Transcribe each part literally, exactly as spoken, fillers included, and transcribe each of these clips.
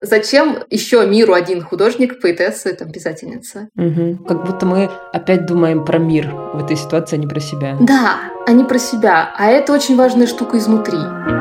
Зачем еще миру один художник, поэтесса, там, писательница? Угу. Как будто мы опять думаем про мир в этой ситуации, а не про себя. Да, а не про себя. А это очень важная штука изнутри.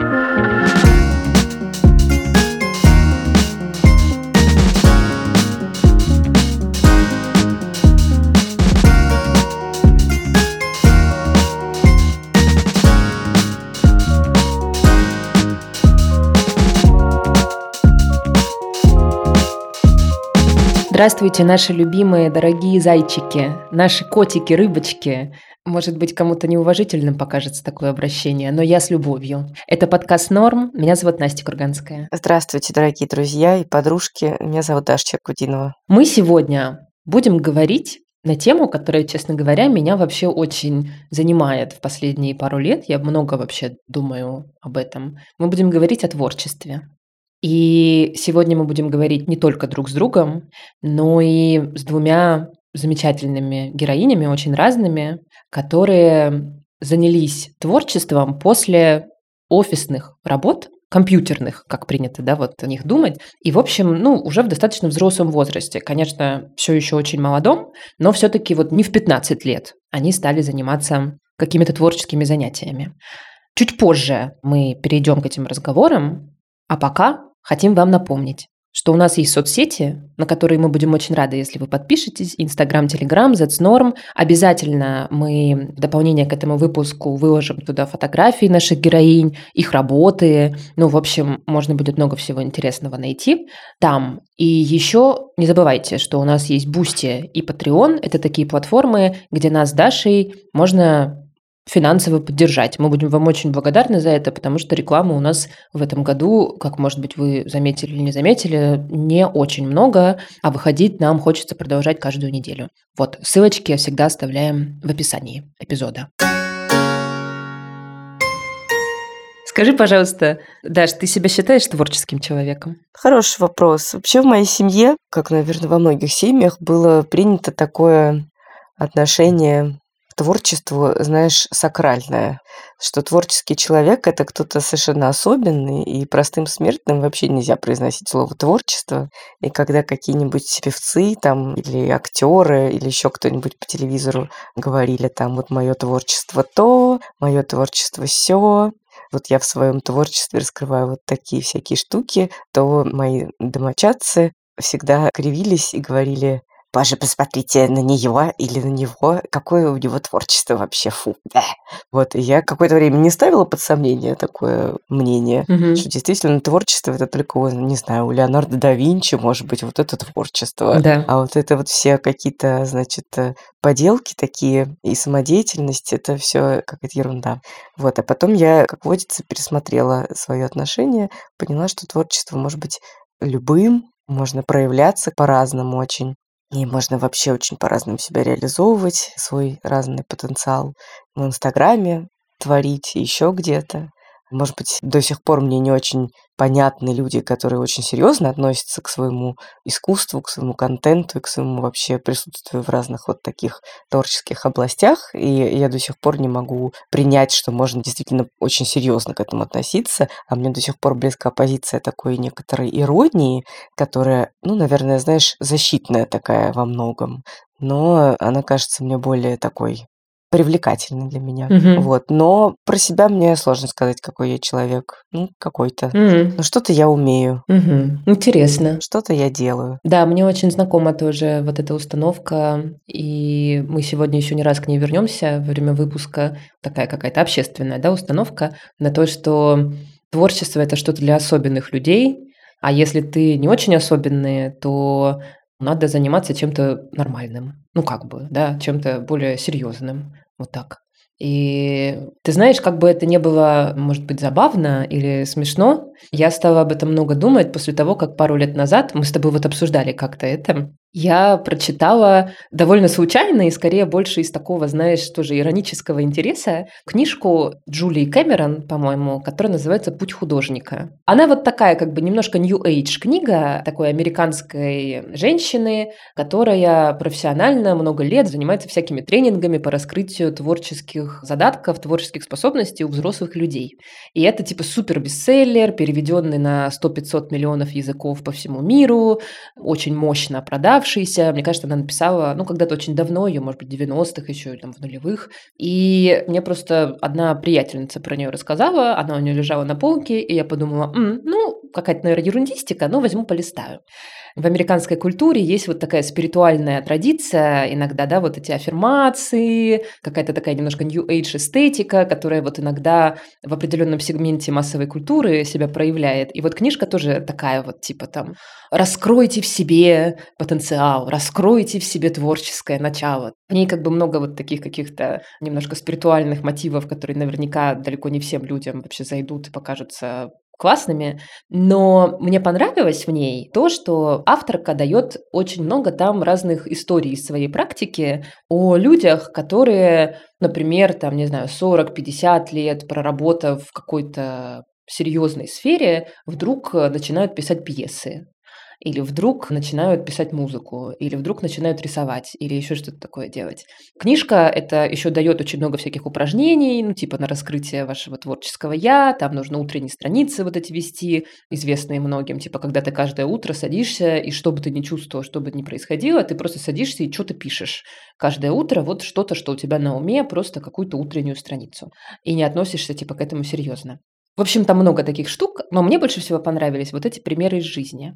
Здравствуйте, наши любимые, дорогие зайчики, наши котики, рыбочки. Может быть, кому-то неуважительным покажется такое обращение, но я с любовью. Это подкаст «Норм». Меня зовут Настя Курганская. Здравствуйте, дорогие друзья и подружки. Меня зовут Даша Черкудинова. Мы сегодня будем говорить на тему, которая, честно говоря, меня вообще очень занимает в последние пару лет. Я много вообще думаю об этом. Мы будем говорить о творчестве. И сегодня мы будем говорить не только друг с другом, но и с двумя замечательными героинями, очень разными, которые занялись творчеством после офисных работ, компьютерных, как принято, да, вот о них думать. И, в общем, ну, уже в достаточно взрослом возрасте. Конечно, все еще очень молодом, но все-таки вот не в пятнадцать лет они стали заниматься какими-то творческими занятиями. Чуть позже мы перейдем к этим разговорам, а пока хотим вам напомнить, что у нас есть соцсети, на которые мы будем очень рады, если вы подпишетесь. Инстаграм, Телеграм, Зетснорм. Обязательно мы в дополнение к этому выпуску выложим туда фотографии наших героинь, их работы. Ну, в общем, можно будет много всего интересного найти там. И еще не забывайте, что у нас есть Boosty и Patreon. Это такие платформы, где нас с Дашей можно финансово поддержать. Мы будем вам очень благодарны за это, потому что рекламы у нас в этом году, как, может быть, вы заметили или не заметили, не очень много, а выходить нам хочется продолжать каждую неделю. Вот, ссылочки всегда оставляем в описании эпизода. Скажи, пожалуйста, Даш, ты себя считаешь творческим человеком? Хороший вопрос. Вообще в моей семье, как, наверное, во многих семьях, было принято такое отношение к творчеству, знаешь, сакральное, что творческий человек – это кто-то совершенно особенный, и простым смертным вообще нельзя произносить слово «творчество». И когда какие-нибудь певцы там, или актеры, или еще кто-нибудь по телевизору говорили там вот «моё творчество то», «моё творчество сё», вот я в своем творчестве раскрываю вот такие всякие штуки, то мои домочадцы всегда кривились и говорили: «Боже, посмотрите на нее или на него, какое у него творчество вообще, фу». Да. Вот, и я какое-то время не ставила под сомнение такое мнение, Угу. что действительно творчество это только, у, не знаю, у Леонардо да Винчи, может быть, вот это творчество. Да. А вот это вот все какие-то, значит, поделки такие и самодеятельность, это все какая-то ерунда. Вот, а потом я, как водится, пересмотрела свое отношение, поняла, что творчество может быть любым, можно проявляться по-разному очень. И можно вообще очень по-разному себя реализовывать, свой разный потенциал в Инстаграме творить, еще где-то. Может быть, до сих пор мне не очень понятны люди, которые очень серьезно относятся к своему искусству, к своему контенту и к своему вообще присутствию в разных вот таких творческих областях. И я до сих пор не могу принять, что можно действительно очень серьезно к этому относиться. А мне до сих пор близка позиция такой некоторой иронии, которая, ну, наверное, знаешь, защитная такая во многом. Но она кажется мне более такой привлекательный для меня. Угу. Вот. Но про себя мне сложно сказать, какой я человек. Ну, какой-то. Угу. Но что-то я умею, Угу. Интересно. что-то я делаю. Да, мне очень знакома тоже вот эта установка, и мы сегодня еще не раз к ней вернемся во время выпуска. Такая какая-то общественная, да, установка на то, что творчество – это что-то для особенных людей, а если ты не очень особенный, то надо заниматься чем-то нормальным. Ну, как бы, да, чем-то более серьезным. Вот так. И ты знаешь, как бы это ни было, может быть, забавно или смешно, я стала об этом много думать после того, как пару лет назад мы с тобой вот обсуждали как-то это. Я прочитала довольно случайно и скорее больше из такого, знаешь, тоже иронического интереса книжку Джулии Кэмерон, по-моему, которая называется «Путь художника». Она вот такая как бы немножко New Age книга такой американской женщины, которая профессионально много лет занимается всякими тренингами по раскрытию творческих задатков, творческих способностей у взрослых людей. И это типа супер бестселлер, переведенный на сто-пятьсот миллионов языков по всему миру, очень мощно продавшийся. Мне кажется, она написала, ну, когда-то очень давно, ее, может быть, в девяностых еще, там, в нулевых. И мне просто одна приятельница про нее рассказала, она у нее лежала на полке, и я подумала, М, ну, какая-то, наверное, ерундистика, но возьму, полистаю. В американской культуре есть вот такая спиритуальная традиция, иногда, да, вот эти аффирмации, какая-то такая немножко New Age эстетика, которая вот иногда в определенном сегменте массовой культуры себя проявляет. И вот книжка тоже такая вот, типа там «Раскройте в себе потенциал, раскройте в себе творческое начало». В ней как бы много вот таких каких-то немножко спиритуальных мотивов, которые наверняка далеко не всем людям вообще зайдут и покажутся классными, но мне понравилось в ней то, что авторка дает очень много там разных историй из своей практики о людях, которые, например, там, не знаю, сорок-пятьдесят лет проработав в какой-то серьезной сфере, вдруг э, начинают писать пьесы. Или вдруг начинают писать музыку, или вдруг начинают рисовать, или еще что-то такое делать. Книжка это еще дает очень много всяких упражнений, ну, типа на раскрытие вашего творческого «я», там нужно утренние страницы вот эти вести, известные многим, типа когда ты каждое утро садишься, и что бы ты ни чувствовал, что бы ни происходило, ты просто садишься и что-то пишешь. Каждое утро вот что-то, что у тебя на уме, просто какую-то утреннюю страницу. И не относишься типа к этому серьезно. В общем, там много таких штук, но мне больше всего понравились вот эти примеры из жизни.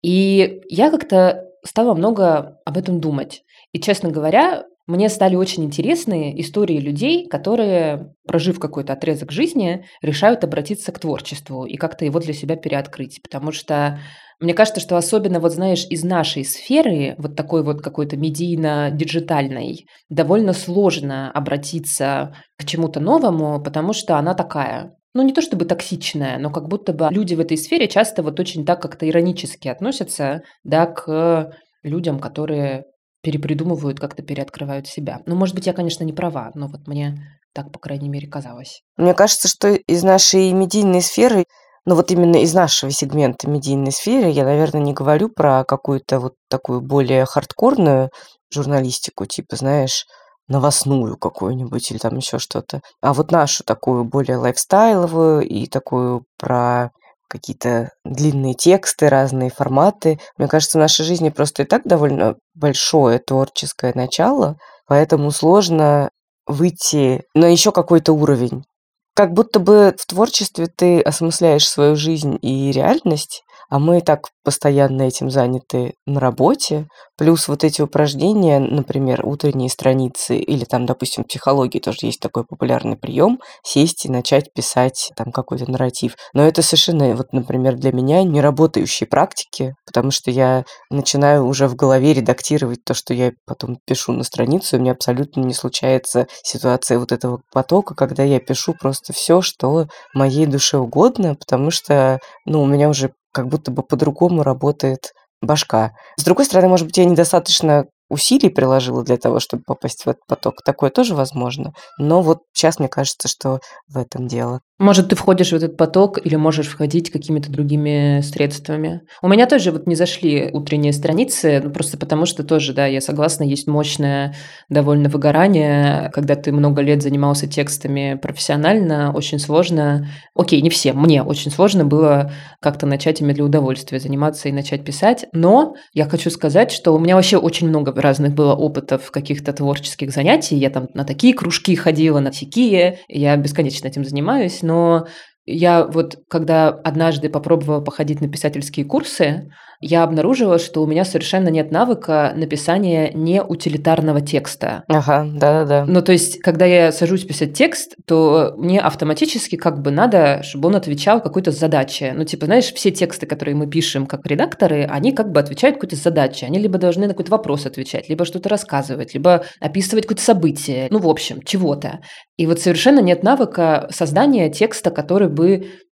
И я как-то стала много об этом думать. И, честно говоря, мне стали очень интересны истории людей, которые, прожив какой-то отрезок жизни, решают обратиться к творчеству и как-то его для себя переоткрыть. Потому что мне кажется, что особенно, вот знаешь, из нашей сферы, вот такой вот какой-то медийно-диджитальной, довольно сложно обратиться к чему-то новому, потому что она такая. Ну, не то чтобы токсичная, но как будто бы люди в этой сфере часто вот очень так как-то иронически относятся, да, к людям, которые перепридумывают, как-то переоткрывают себя. Ну, может быть, я, конечно, не права, но вот мне так, по крайней мере, казалось. Мне кажется, что из нашей медийной сферы, ну вот именно из нашего сегмента медийной сферы, я, наверное, не говорю про какую-то вот такую более хардкорную журналистику, типа, знаешь, новостную какую-нибудь или там еще что-то, а вот нашу такую более лайфстайловую и такую про какие-то длинные тексты, разные форматы. Мне кажется, в нашей жизни просто и так довольно большое творческое начало, поэтому сложно выйти на еще какой-то уровень. Как будто бы в творчестве ты осмысляешь свою жизнь и реальность, а мы и так постоянно этим заняты на работе. Плюс вот эти упражнения, например, утренние страницы или там, допустим, в психологии тоже есть такой популярный прием сесть и начать писать там какой-то нарратив. Но это совершенно, вот, например, для меня не работающие практики, потому что я начинаю уже в голове редактировать то, что я потом пишу на страницу, и у меня абсолютно не случается ситуация вот этого потока, когда я пишу просто все, что моей душе угодно, потому что, ну, у меня уже как будто бы по-другому работает башка. С другой стороны, может быть, я недостаточно усилий приложила для того, чтобы попасть в этот поток. Такое тоже возможно. Но вот сейчас мне кажется, что в этом дело. Может, ты входишь в этот поток или можешь входить какими-то другими средствами. У меня тоже вот не зашли утренние страницы, ну, просто потому что тоже, да, я согласна, есть мощное довольно выгорание, когда ты много лет занимался текстами профессионально, очень сложно, окей, не всем, мне очень сложно было как-то начать ими для удовольствия заниматься и начать писать, но я хочу сказать, что у меня вообще очень много разных было опытов каких-то творческих занятий, я там на такие кружки ходила, на всякие, я бесконечно этим занимаюсь, но я вот, когда однажды попробовала походить на писательские курсы, я обнаружила, что у меня совершенно нет навыка написания неутилитарного текста. Ага, да-да-да. Ну, то есть, когда я сажусь писать текст, то мне автоматически как бы надо, чтобы он отвечал какой-то задаче. Ну, типа, знаешь, все тексты, которые мы пишем как редакторы, они как бы отвечают какой-то задаче. Они либо должны на какой-то вопрос отвечать, либо что-то рассказывать, либо описывать какое-то событие. Ну, в общем, чего-то. И вот совершенно нет навыка создания текста, который бы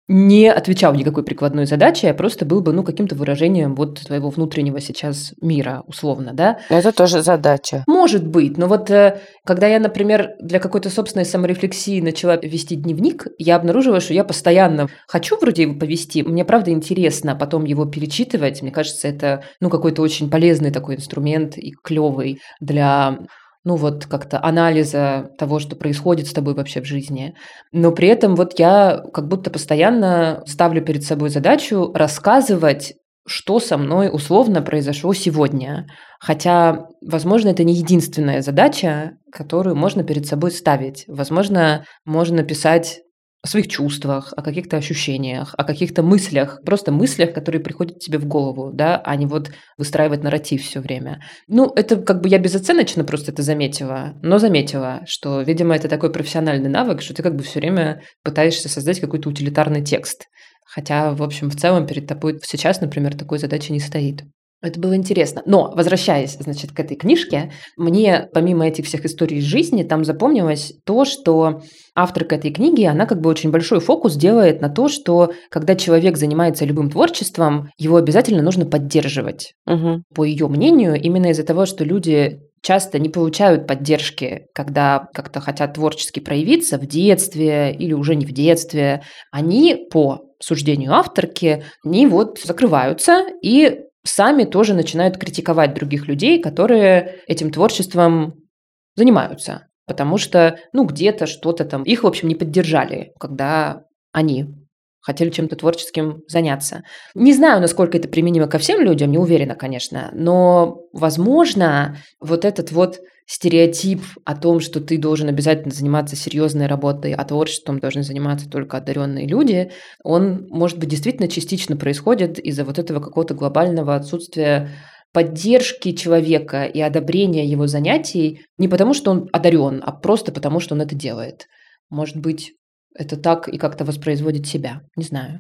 не отвечал никакой прикладной задаче, а просто был бы, ну, каким-то выражением вот твоего внутреннего сейчас мира, условно, да. Это тоже задача. Может быть, но вот э, когда я, например, для какой-то собственной саморефлексии начала вести дневник, я обнаружила, что я постоянно хочу вроде его повести, мне правда интересно потом его перечитывать. Мне кажется, это, ну, какой-то очень полезный такой инструмент и клевый для, ну, вот как-то анализа того, что происходит с тобой вообще в жизни. Но при этом вот я как будто постоянно ставлю перед собой задачу рассказывать, что со мной условно произошло сегодня. Хотя, возможно, это не единственная задача, которую можно перед собой ставить. Возможно, можно писать о своих чувствах, о каких-то ощущениях, о каких-то мыслях, просто мыслях, которые приходят тебе в голову, да, а не вот выстраивать нарратив все время. Ну, это как бы я безоценочно просто это заметила, но заметила, что, видимо, это такой профессиональный навык, что ты как бы все время пытаешься создать какой-то утилитарный текст. Хотя, в общем, в целом перед тобой сейчас, например, такой задачи не стоит. Это было интересно. Но, возвращаясь, значит, к этой книжке, мне, помимо этих всех историй из жизни, там запомнилось то, что авторка этой книги, она как бы очень большой фокус делает на то, что когда человек занимается любым творчеством, его обязательно нужно поддерживать. Угу. По ее мнению, именно из-за того, что люди часто не получают поддержки, когда как-то хотят творчески проявиться в детстве или уже не в детстве, они, по суждению авторки, они вот закрываются и сами тоже начинают критиковать других людей, которые этим творчеством занимаются. Потому что, ну, где-то что-то там... Их, в общем, не поддержали, когда они хотели чем-то творческим заняться. Не знаю, насколько это применимо ко всем людям, не уверена, конечно, но, возможно, вот этот вот стереотип о том, что ты должен обязательно заниматься серьезной работой, а творчеством должны заниматься только одаренные люди, он, может быть, действительно частично происходит из-за вот этого какого-то глобального отсутствия поддержки человека и одобрения его занятий не потому, что он одарен, а просто потому, что он это делает. Может быть, это так и как-то воспроизводит себя. Не знаю.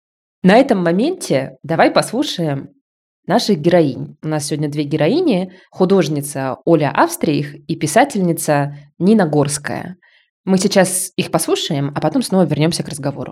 На этом моменте давай послушаем наших героинь. У нас сегодня две героини. Художница Оля Австрих и писательница Нина Горская. Мы сейчас их послушаем, а потом снова вернемся к разговору.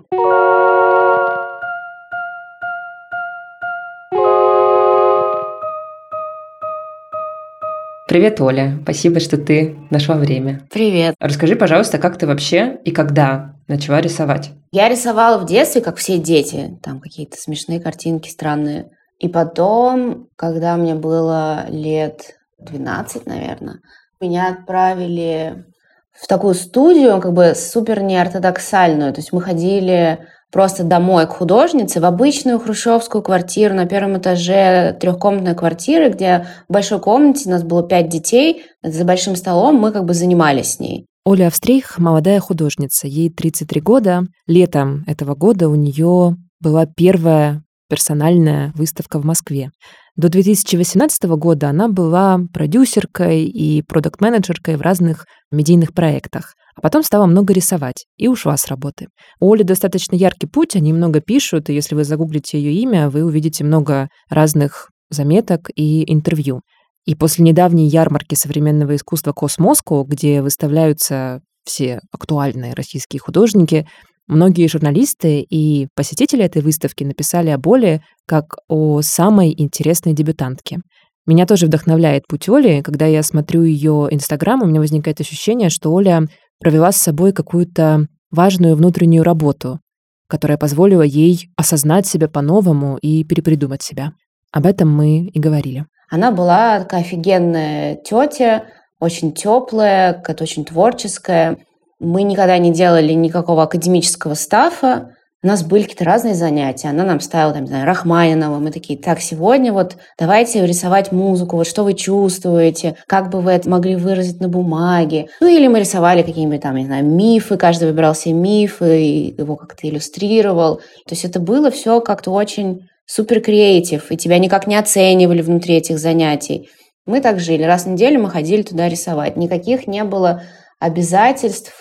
Привет, Оля. Спасибо, что ты нашла время. Привет. Расскажи, пожалуйста, как ты вообще и когда начала рисовать? Я рисовала в детстве, как все дети. Там какие-то смешные картинки странные. И потом, когда мне было лет двенадцать, наверное, меня отправили в такую студию, как бы супер неортодоксальную. То есть мы ходили просто домой к художнице в обычную хрущевскую квартиру на первом этаже трехкомнатной квартиры, где в большой комнате у нас было пять детей, за большим столом мы как бы занимались с ней. Оля Австрих – молодая художница, ей тридцать три года. Летом этого года у нее была первая персональная выставка в Москве. До две тысячи восемнадцатого года она была продюсеркой и продакт-менеджеркой в разных медийных проектах, а потом стала много рисовать и ушла с работы. У Оли достаточно яркий путь, они много пишут, и если вы загуглите ее имя, вы увидите много разных заметок и интервью. И после недавней ярмарки современного искусства «Космоско», где выставляются все актуальные российские художники, многие журналисты и посетители этой выставки написали об Оле как о самой интересной дебютантке. Меня тоже вдохновляет путь Оли. Когда я смотрю ее Инстаграм, у меня возникает ощущение, что Оля провела с собой какую-то важную внутреннюю работу, которая позволила ей осознать себя по-новому и перепридумать себя. Об этом мы и говорили. Она была такая офигенная тетя, очень теплая, какая-то очень творческая. Мы никогда не делали никакого академического стафа. У нас были какие-то разные занятия. Она нам ставила, там, не знаю, Рахманинова. Мы такие: так, сегодня вот давайте рисовать музыку, вот что вы чувствуете, как бы вы это могли выразить на бумаге. Ну, или мы рисовали какие-нибудь там, не знаю, мифы, каждый выбирал себе мифы и его как-то иллюстрировал. То есть это было все как-то очень супер креатив, и тебя никак не оценивали внутри этих занятий. Мы так жили. Раз в неделю мы ходили туда рисовать. Никаких не было обязательств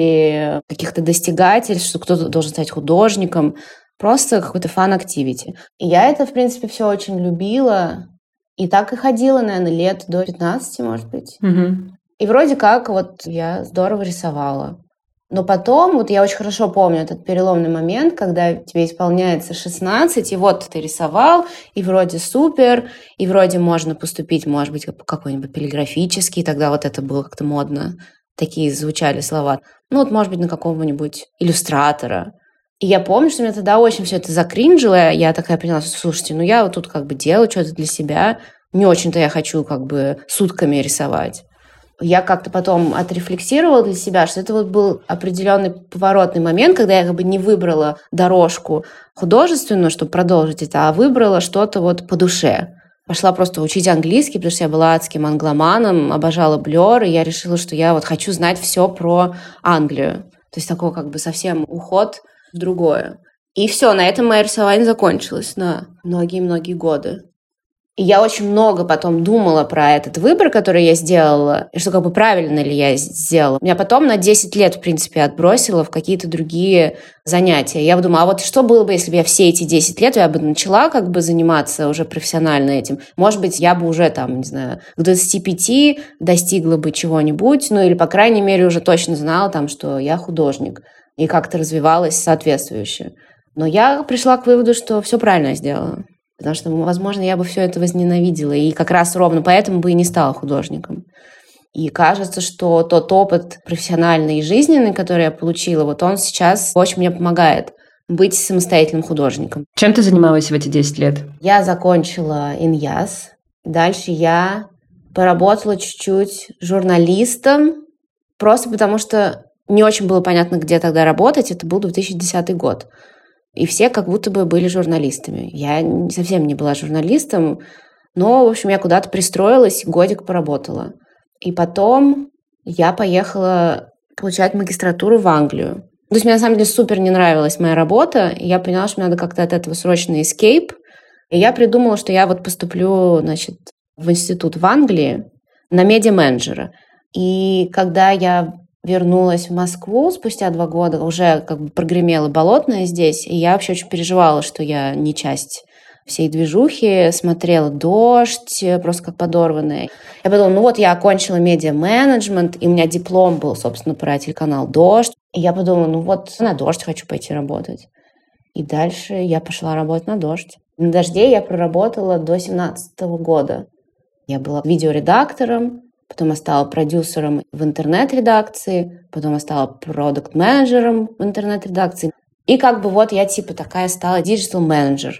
или каких-то достигательств, что кто-то должен стать художником. Просто какой-то фан-активити. И я это, в принципе, все очень любила. И так и ходила, наверное, лет до пятнадцати, может быть. Угу. И вроде как вот я здорово рисовала. Но потом, вот я очень хорошо помню этот переломный момент, когда тебе исполняется шестнадцать, и вот ты рисовал, и вроде супер, и вроде можно поступить, может быть, какой-нибудь полиграфический, тогда вот это было как-то модно, такие звучали слова. Ну вот, может быть, на какого-нибудь иллюстратора. И я помню, что меня тогда очень все это закринжило, я такая поняла, что, слушайте, ну я вот тут как бы делаю что-то для себя, не очень-то я хочу как бы сутками рисовать. Я как-то потом отрефлексировала для себя, что это вот был определенный поворотный момент, когда я как бы не выбрала дорожку художественную, чтобы продолжить это, а выбрала что-то вот по душе. Пошла просто учить английский, потому что я была адским англоманом, обожала Blur, и я решила, что я вот хочу знать все про Англию. То есть такой как бы совсем уход в другое. И все, на этом мое рисование закончилось на многие-многие годы. И я очень много потом думала про этот выбор, который я сделала, и что как бы правильно ли я сделала. Меня потом на десять лет, в принципе, отбросило в какие-то другие занятия. Я думала, а вот что было бы, если бы я все эти десять лет, я бы начала как бы заниматься уже профессионально этим. Может быть, я бы уже там, не знаю, к двадцати пяти достигла бы чего-нибудь, ну или, по крайней мере, уже точно знала там, что я художник, и как-то развивалась соответствующе. Но я пришла к выводу, что все правильно сделала. Потому что, возможно, я бы все это возненавидела. И как раз ровно поэтому бы и не стала художником. И кажется, что тот опыт профессиональный и жизненный, который я получила, вот он сейчас очень мне помогает быть самостоятельным художником. Чем ты занималась в эти десять лет? Я закончила ИНЯС. Дальше я поработала чуть-чуть журналистом, просто потому что не очень было понятно, где тогда работать. Это был две тысячи десятый год. И все как будто бы были журналистами. Я совсем не была журналистом, но, в общем, я куда-то пристроилась, годик поработала. И потом я поехала получать магистратуру в Англию. То есть мне, на самом деле, супер не нравилась моя работа, и я поняла, что мне надо как-то от этого срочно escape. И я придумала, что я вот поступлю, значит, в институт в Англии на медиа-менеджера. И когда я вернулась в Москву спустя два года, уже как бы прогремела Болотная здесь, и я вообще очень переживала, что я не часть всей движухи, смотрела «Дождь», просто как подорванная. Я подумала, ну вот я окончила медиа-менеджмент, и у меня диплом был, собственно, про телеканал «Дождь». И я подумала, ну вот на «Дождь» хочу пойти работать. И дальше я пошла работать на «Дождь». На «Дожде» я проработала до семнадцатого года. Я была видеоредактором, потом я стала продюсером в интернет-редакции, потом я стала продакт-менеджером в интернет-редакции. И как бы вот я типа такая стала диджитал-менеджер.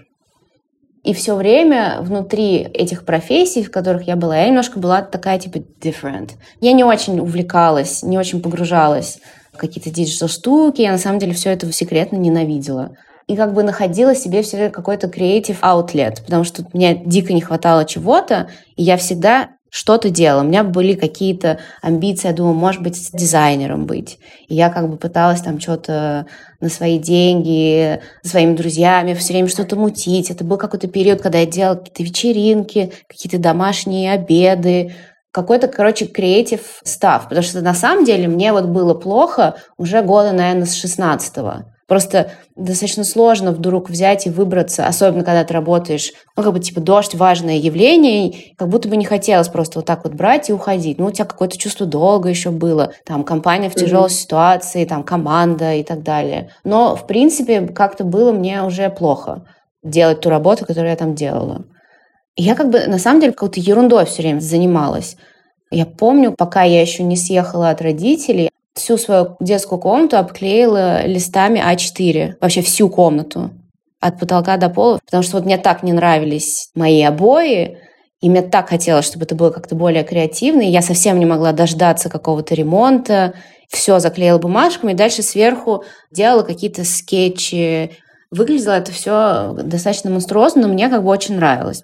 И все время внутри этих профессий, в которых я была, я немножко была такая типа different. Я не очень увлекалась, не очень погружалась в какие-то диджитал-штуки. Я на самом деле все это секретно ненавидела. И как бы находила себе все время какой-то creative outlet, потому что мне дико не хватало чего-то, и я всегда что-то делала. У меня были какие-то амбиции, я думала, может быть, дизайнером быть. И я как бы пыталась там что-то на свои деньги, со своими друзьями все время что-то мутить. Это был какой-то период, когда я делала какие-то вечеринки, какие-то домашние обеды, какой-то, короче, creative stuff. Потому что на самом деле мне вот было плохо уже года, наверное, с шестнадцатого. Просто достаточно сложно вдруг взять и выбраться, особенно когда ты работаешь, ну, как бы, типа, «Дождь» — важное явление, как будто бы не хотелось просто вот так вот брать и уходить. Ну, у тебя какое-то чувство долга еще было, там, компания в тяжелой mm-hmm. ситуации, там, команда и так далее. Но, в принципе, как-то было мне уже плохо делать ту работу, которую я там делала. И я как бы, на самом деле, какой-то ерундой все время занималась. Я помню, пока я еще не съехала от родителей, всю свою детскую комнату обклеила листами а четыре. Вообще всю комнату. От потолка до пола. Потому что вот мне так не нравились мои обои. И мне так хотелось, чтобы это было как-то более креативно. И я совсем не могла дождаться какого-то ремонта. Все заклеила бумажками. И дальше сверху делала какие-то скетчи. Выглядело это все достаточно монструозно, но мне как бы очень нравилось.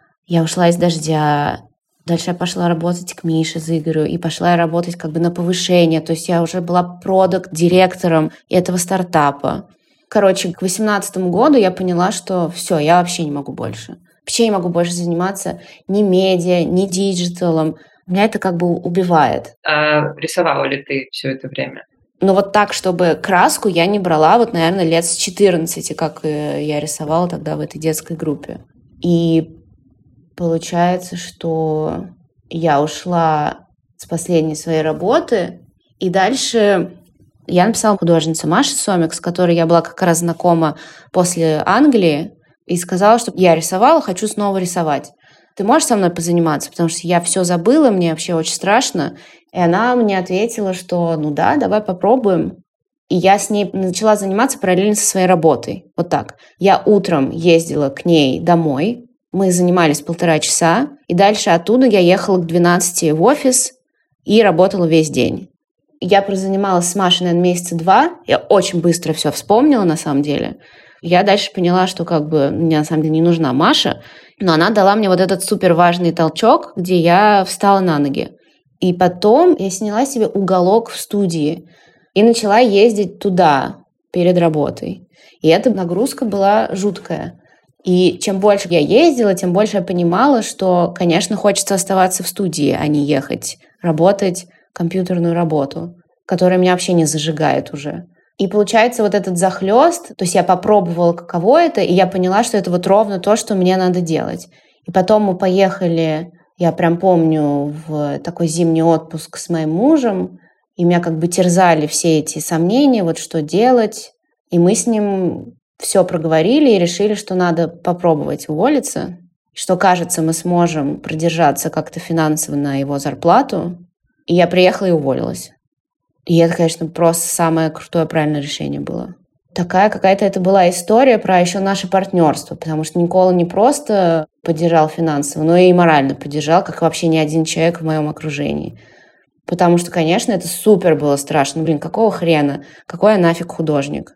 Я ушла из «Дождя». Дальше я пошла работать к Мише Зыгорю, и пошла я работать как бы на повышение. То есть я уже была продакт-директором этого стартапа. Короче, к восемнадцатому году я поняла, что все, я вообще не могу больше. Вообще не могу больше заниматься ни медиа, ни диджиталом. Меня это как бы убивает. А рисовала ли ты все это время? Но вот так, чтобы краску я не брала, вот, наверное, лет с четырнадцати, как я рисовала тогда в этой детской группе. И получается, что я ушла с последней своей работы, и дальше Я написала художнице Маше Сомик, с которой я была как раз знакома после Англии, и сказала, что я рисовала, хочу снова рисовать. Ты можешь со мной позаниматься? Потому что я все забыла, мне вообще очень страшно. И она мне ответила, что ну да, давай попробуем. И я с ней начала заниматься параллельно со своей работой. Вот так. Я утром ездила к ней домой, мы занимались полтора часа, и дальше оттуда я ехала к двенадцати в офис и работала весь день. Я прозанималась с Машей, наверное, месяца два. Я очень быстро все вспомнила, на самом деле. Я дальше поняла, что как бы мне на самом деле не нужна Маша, но она дала мне вот этот супер важный толчок, где я встала на ноги. И потом я сняла себе уголок в студии и начала ездить туда перед работой. И эта нагрузка была жуткая. И чем больше я ездила, тем больше я понимала, что, конечно, хочется оставаться в студии, а не ехать работать компьютерную работу, которая меня вообще не зажигает уже. И получается вот этот захлёст, то есть я попробовала, каково это, и я поняла, что это вот ровно то, что мне надо делать. И потом мы поехали, я прям помню, в такой зимний отпуск с моим мужем, и меня как бы терзали все эти сомнения, вот что делать. И мы с ним все проговорили и решили, что надо попробовать уволиться, что, кажется, мы сможем продержаться как-то финансово на его зарплату. И я приехала и уволилась. И это, конечно, просто самое крутое, правильное решение было. Такая какая-то это была история про еще наше партнерство, потому что Никола не просто поддержал финансово, но и морально поддержал, как вообще ни один человек в моем окружении. Потому что, конечно, это супер было страшно. Блин, какого хрена? Какой я нафиг художник?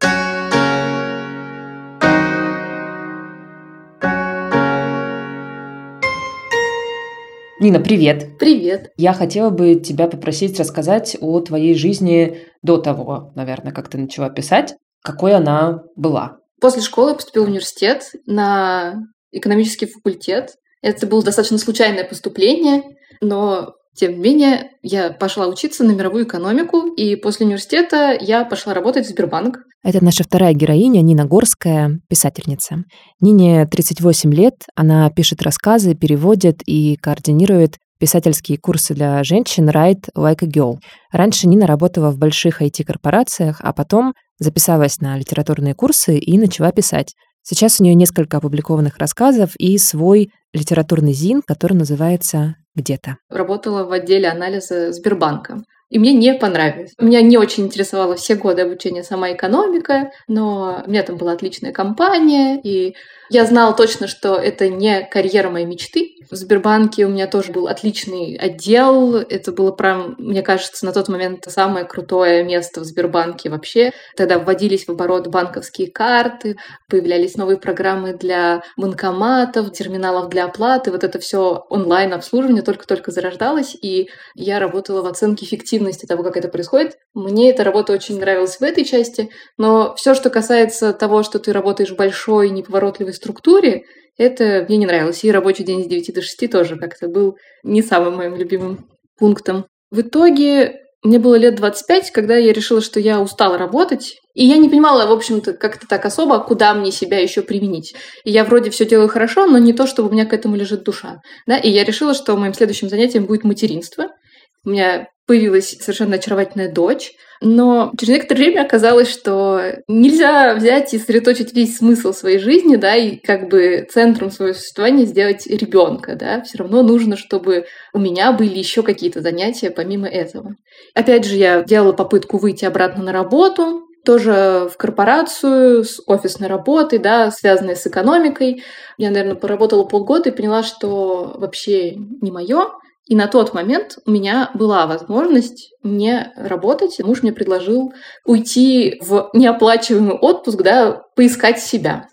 Нина, привет. Привет. Я хотела бы тебя попросить рассказать о твоей жизни до того, наверное, как ты начала писать. Какой она была? После школы я поступила в университет на экономический факультет. Это было достаточно случайное поступление, но тем не менее я пошла учиться на мировую экономику, и после университета я пошла работать в Сбербанк. Это наша вторая героиня, Нина Горская, писательница. Нине тридцать восемь лет, она пишет рассказы, переводит и координирует писательские курсы для женщин Write Like a Girl. Раньше Нина работала в больших ай ти-корпорациях, а потом записалась на литературные курсы и начала писать. Сейчас у нее несколько опубликованных рассказов и свой литературный зин, который называется «Где-то». Работала в отделе анализа Сбербанка. И мне не понравилось. Меня не очень интересовала все годы обучения сама экономика, но у меня там была отличная компания, и я знала точно, что это не карьера моей мечты. В Сбербанке у меня тоже был отличный отдел. Это было прям, мне кажется, на тот момент самое крутое место в Сбербанке вообще. Тогда вводились в оборот банковские карты, появлялись новые программы для банкоматов, терминалов для оплаты. Вот это все онлайн-обслуживание только-только зарождалось, и я работала в оценке эффективности того, как это происходит. Мне эта работа очень нравилась в этой части, но все, что касается того, что ты работаешь в большой неповоротливой структуре, это мне не нравилось. И рабочий день с девяти до шести тоже как-то был не самым моим любимым пунктом. В итоге мне было лет двадцать пять, когда я решила, что я устала работать. И я не понимала, в общем-то, как-то так особо, куда мне себя еще применить. И я вроде все делаю хорошо, но не то, чтобы у меня к этому лежит душа. Да? И я решила, что моим следующим занятием будет материнство. У меня появилась совершенно очаровательная дочь, но через некоторое время оказалось, что нельзя взять и сосредоточить весь смысл своей жизни, да, и как бы центром своего существования сделать ребенка, да. Все равно нужно, чтобы у меня были еще какие-то занятия помимо этого. Опять же, я делала попытку выйти обратно на работу, тоже в корпорацию с офисной работой, да, связанной с экономикой. Я, наверное, поработала полгода и поняла, что вообще не мое. И на тот момент у меня была возможность не работать. Муж мне предложил уйти в неоплачиваемый отпуск, да, поискать себя.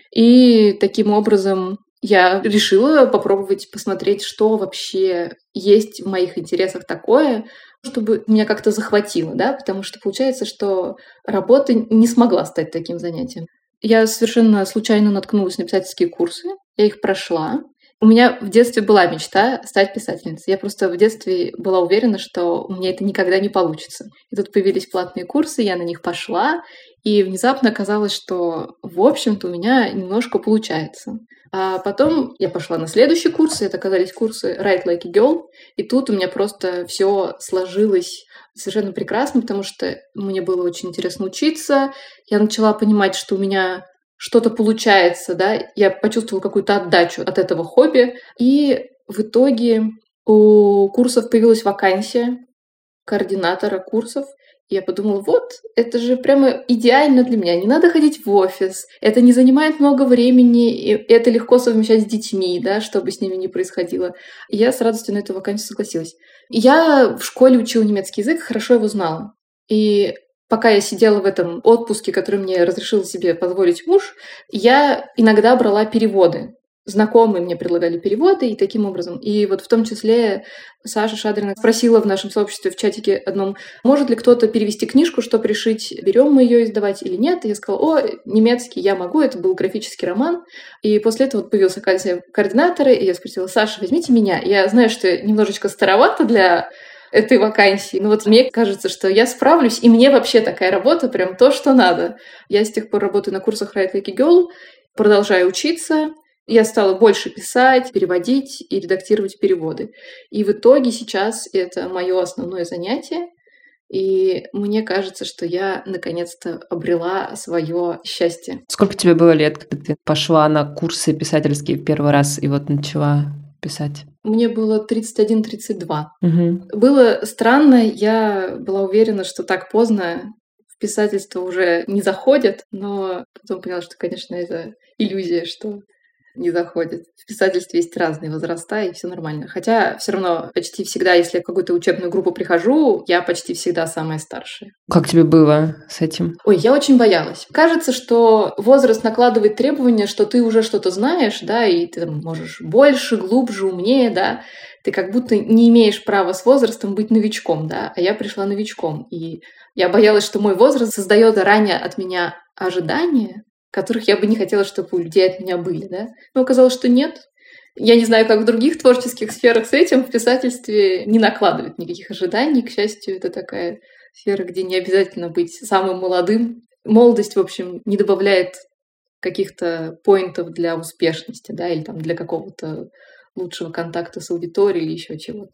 И таким образом я решила попробовать посмотреть, что вообще есть в моих интересах такое, чтобы меня как-то захватило, да, потому что получается, что работа не смогла стать таким занятием. Я совершенно случайно наткнулась на писательские курсы, я их прошла. У меня в детстве была мечта стать писательницей. Я просто в детстве была уверена, что у меня это никогда не получится. И тут появились платные курсы, я на них пошла, И внезапно оказалось, что, в общем-то, у меня немножко получается. А потом я пошла на следующие курсы, это оказались курсы Write Like a Girl, и тут у меня просто все сложилось совершенно прекрасно, потому что мне было очень интересно учиться, я начала понимать, что у меня что-то получается, да, я почувствовала какую-то отдачу от этого хобби, и в итоге у курсов появилась вакансия координатора курсов. И я подумала, вот, это же прямо идеально для меня. Не надо ходить в офис, это не занимает много времени, и это легко совмещать с детьми, да, что бы с ними ни происходило. И я с радостью на эту вакансию согласилась. Я в школе учила немецкий язык, хорошо его знала. И пока я сидела в этом отпуске, который мне разрешил себе позволить муж, я иногда брала переводы. Знакомые мне предлагали переводы, и таким образом. И вот в том числе Саша Шадрина спросила в нашем сообществе в чатике одном, может ли кто-то перевести книжку, что пришить, берем мы ее издавать или нет. И я сказала, о, немецкий я могу, это был графический роман. И после этого вот появился координатор, и я спросила, Саша, возьмите меня. Я знаю, что немножечко старовато для этой вакансии, но вот мне кажется, что я справлюсь, и мне вообще такая работа прям то, что надо. Я с тех пор работаю на курсах Write Like a Girl, продолжаю учиться. Я стала больше писать, переводить и редактировать переводы. И в итоге сейчас это мое основное занятие. И мне кажется, что я наконец-то обрела свое счастье. Сколько тебе было лет, когда ты пошла на курсы писательские в первый раз и вот начала писать? Мне было тридцать один тридцать два. Угу. Было странно, я была уверена, что так поздно в писательство уже не заходит, но потом поняла, что, конечно, это иллюзия, что не заходит. В писательстве есть разные возраста, и все нормально. Хотя все равно почти всегда, если я в какую-то учебную группу прихожу, я почти всегда самая старшая. Как тебе было с этим? Ой, я очень боялась. Кажется, что возраст накладывает требования, что ты уже что-то знаешь, да, и ты там, можешь больше, глубже, умнее, да. Ты как будто не имеешь права с возрастом быть новичком, да. А я пришла новичком, и я боялась, что мой возраст создает ранее от меня ожидания, которых я бы не хотела, чтобы у людей от меня были, да. Но оказалось, что нет. Я не знаю, как в других творческих сферах с этим, в писательстве не накладывает никаких ожиданий. К счастью, это такая сфера, где не обязательно быть самым молодым. Молодость, в общем, не добавляет каких-то поинтов для успешности, да, или там для какого-то лучшего контакта с аудиторией или еще чего-то.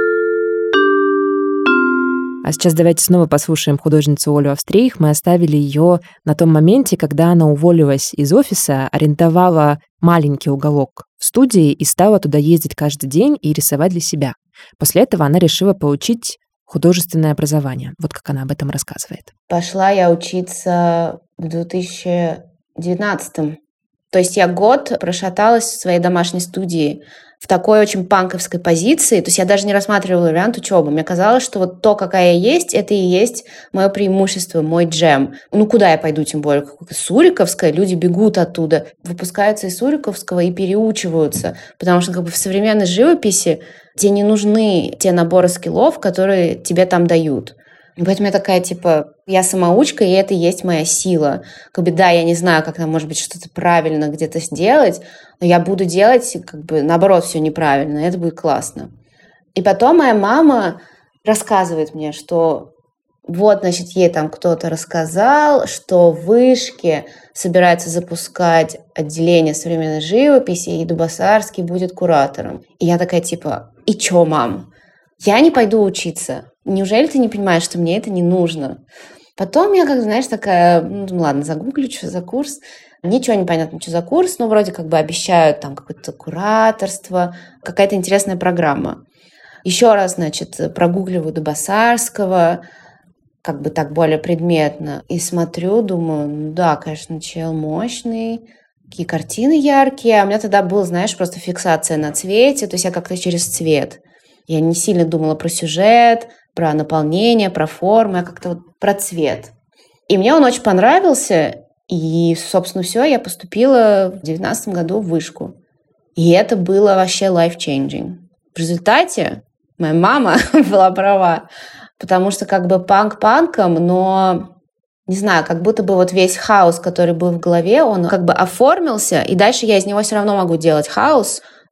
А сейчас давайте снова послушаем художницу Олю Австрейх. Мы оставили ее на том моменте, когда она уволилась из офиса, арендовала маленький уголок в студии и стала туда ездить каждый день и рисовать для себя. После этого она решила получить художественное образование. Вот как она об этом рассказывает. Пошла я учиться в две тысячи девятнадцатом. То есть я год прошаталась в своей домашней студии в такой очень панковской позиции. То есть я даже не рассматривала вариант учебы. Мне казалось, что вот то, какая я есть, это и есть мое преимущество, мой джем. Ну, куда я пойду, тем более? Суриковская, люди бегут оттуда, выпускаются из Суриковского и переучиваются. Потому что как бы в современной живописи тебе не нужны те наборы скиллов, которые тебе там дают. И поэтому я такая, типа, я самоучка, и это и есть моя сила. Как бы, да, я не знаю, как там, может быть, что-то правильно где-то сделать, но я буду делать, как бы, наоборот, все неправильно, и это будет классно. И потом моя мама рассказывает мне, что вот, значит, ей там кто-то рассказал, что в Вышке собирается запускать отделение современной живописи, и Дубасарский будет куратором. И я такая, типа, и чё, мам? Я не пойду учиться. Неужели ты не понимаешь, что мне это не нужно? Потом я, как знаешь, такая, ну ладно, загуглю, что за курс. Ничего не понятно, что за курс, но вроде как бы обещают там какое-то кураторство, какая-то интересная программа. Еще раз, значит, прогугливаю Дубасарского, как бы так более предметно, и смотрю, думаю, ну да, конечно, чел мощный, какие картины яркие. А у меня тогда была, знаешь, просто фиксация на цвете, то есть я как-то через цвет. Я не сильно думала про сюжет, про наполнение, про форму, я как-то вот про цвет. И мне он очень понравился, и, собственно, все, я поступила в девятнадцатом году в Вышку. И это было вообще life-changing. В результате моя мама была права, потому что как бы панк панком, но, не знаю, как будто бы вот весь хаос, который был в голове, он как бы оформился, и дальше я из него все равно могу делать хаос,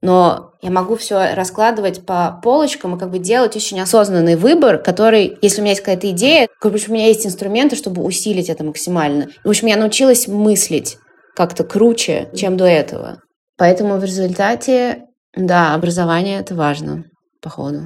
Но я могу все раскладывать по полочкам и как бы делать очень осознанный выбор, который, если у меня есть какая-то идея, в общем, у меня есть инструменты, чтобы усилить это максимально. В общем, я научилась мыслить как-то круче, чем до этого. Поэтому в результате, да, образование — это важно, походу.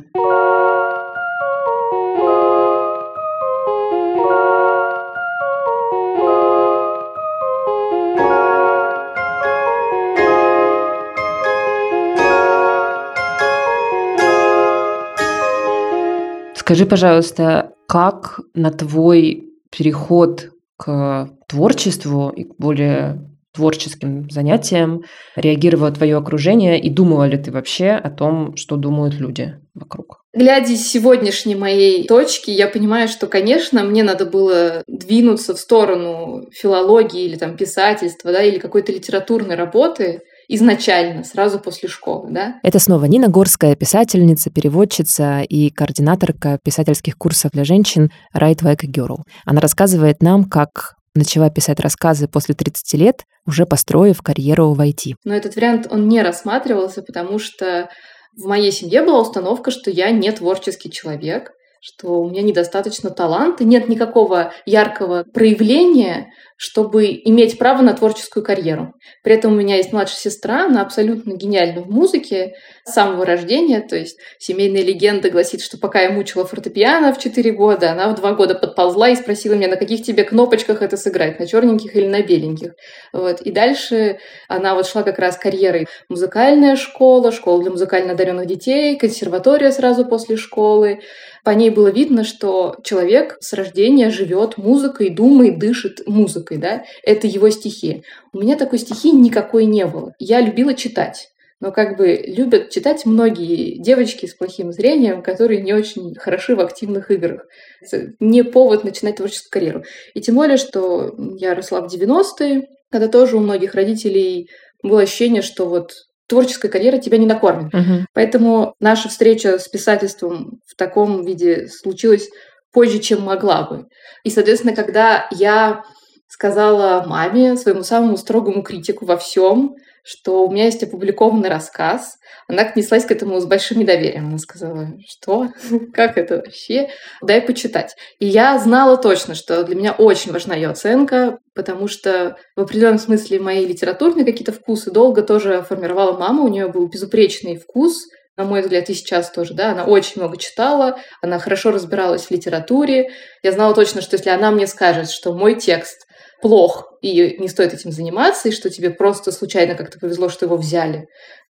Скажи, пожалуйста, как на твой переход к творчеству и к более творческим занятиям реагировало твое окружение, и думала ли ты вообще о том, что думают люди вокруг? Глядя с сегодняшней моей точки, я понимаю, что, конечно, мне надо было двинуться в сторону филологии или там писательства, да, или какой-то литературной работы изначально, сразу после школы, да. Это снова Нина Горская, писательница, переводчица и координаторка писательских курсов для женщин Write Like a Girl. Она рассказывает нам, как начала писать рассказы после тридцати лет, уже построив карьеру в ай ти. Но этот вариант, он не рассматривался, потому что в моей семье была установка, что я не творческий человек, что у меня недостаточно таланта, нет никакого яркого проявления, чтобы иметь право на творческую карьеру. При этом у меня есть младшая сестра, она абсолютно гениальна в музыке с самого рождения. То есть семейная легенда гласит, что пока я мучила фортепиано в четыре года, она в два года подползла и спросила меня, на каких тебе кнопочках это сыграть, на черненьких или на беленьких. Вот. И дальше она вот шла как раз карьерой. Музыкальная школа, школа для музыкально одаренных детей, консерватория сразу после школы. По ней было видно, что человек с рождения живет музыкой, думает, дышит музыкой, да, это его стихия. У меня такой стихии никакой не было. Я любила читать. Но как бы любят читать многие девочки с плохим зрением, которые не очень хороши в активных играх. Это не повод начинать творческую карьеру. И тем более, что я росла в девяностые, когда тоже у многих родителей было ощущение, что вот творческая карьера тебя не накормит. Угу. Поэтому наша встреча с писательством в таком виде случилась позже, чем могла бы. И, соответственно, когда я сказала маме, своему самому строгому критику во всем, что у меня есть опубликованный рассказ, она отнеслась к этому с большим недоверием. Она сказала, что? Как это вообще? Дай почитать. И я знала точно, что для меня очень важна ее оценка, потому что в определенном смысле мои литературные какие-то вкусы долго тоже формировала мама. У нее был безупречный вкус, на мой взгляд, и сейчас тоже, да, она очень много читала, она хорошо разбиралась в литературе. Я знала точно, что если она мне скажет, что мой текст плох и не стоит этим заниматься, и что тебе просто случайно как-то повезло, что его взяли,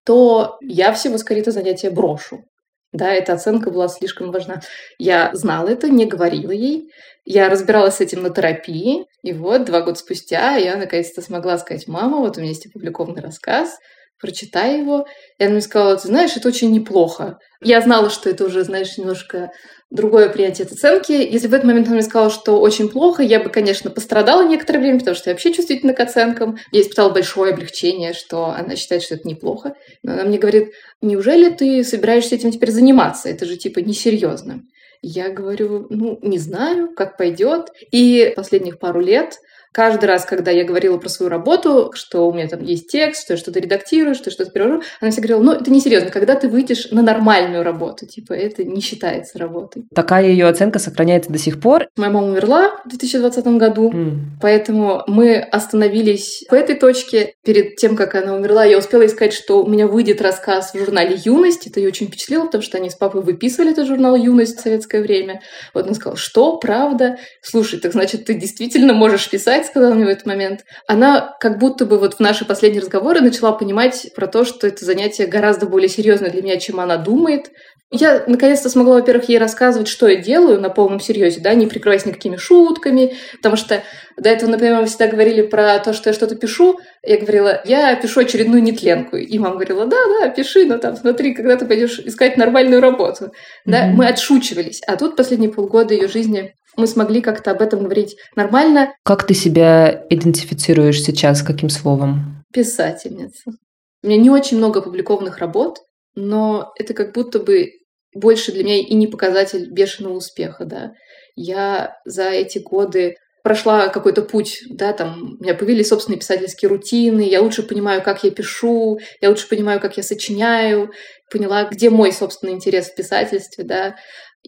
то я всего скорее это занятие брошу. Да, эта оценка была слишком важна. Я знала это, не говорила ей. Я разбиралась с этим на терапии. И вот два года спустя я наконец-то смогла сказать: мама, вот у меня есть опубликованный рассказ, прочитай его. И она мне сказала: ты знаешь, это очень неплохо. Я знала, что это уже, знаешь, немножко другое принятие этой оценки. Если в этот момент она мне сказала, что очень плохо, я бы, конечно, пострадала некоторое время, потому что я вообще чувствительна к оценкам. Я испытала большое облегчение, что она считает, что это неплохо. Но она мне говорит: неужели ты собираешься этим теперь заниматься? Это же типа несерьезно. Я говорю: ну, не знаю, как пойдет. И последних пару лет каждый раз, когда я говорила про свою работу, что у меня там есть текст, что я что-то редактирую, что я что-то перевожу, она всегда говорила: ну, это несерьезно, когда ты выйдешь на нормальную работу, типа, это не считается работой. Такая ее оценка сохраняется до сих пор. Моя мама умерла в две тысячи двадцатом году, Mm. поэтому мы остановились в этой точке. Перед тем, как она умерла, я успела искать, что у меня выйдет рассказ в журнале «Юность». Это ее очень впечатлило, потому что они с папой выписывали этот журнал «Юность» в советское время. Вот она сказала: что, правда? Слушай, так значит, ты действительно можешь писать, сказала мне в этот момент. Она как будто бы вот в наши последние разговоры начала понимать про то, что это занятие гораздо более серьезное для меня, чем она думает. Я наконец-то смогла, во-первых, ей рассказывать, что я делаю на полном серьезе, да, не прикрываясь никакими шутками, потому что до этого, например, мы всегда говорили про то, что я что-то пишу. Я говорила: я пишу очередную нетленку. И мама говорила: да, да, пиши, но там смотри, когда ты пойдешь искать нормальную работу. Mm-hmm. Да, мы отшучивались. А тут последние полгода ее жизни мы смогли как-то об этом говорить нормально. Как ты себя идентифицируешь сейчас, каким словом? Писательница. У меня не очень много опубликованных работ, но это как будто бы больше для меня и не показатель бешеного успеха, да. Я за эти годы прошла какой-то путь, да, там у меня появились собственные писательские рутины, я лучше понимаю, как я пишу, я лучше понимаю, как я сочиняю, поняла, где мой собственный интерес в писательстве, да,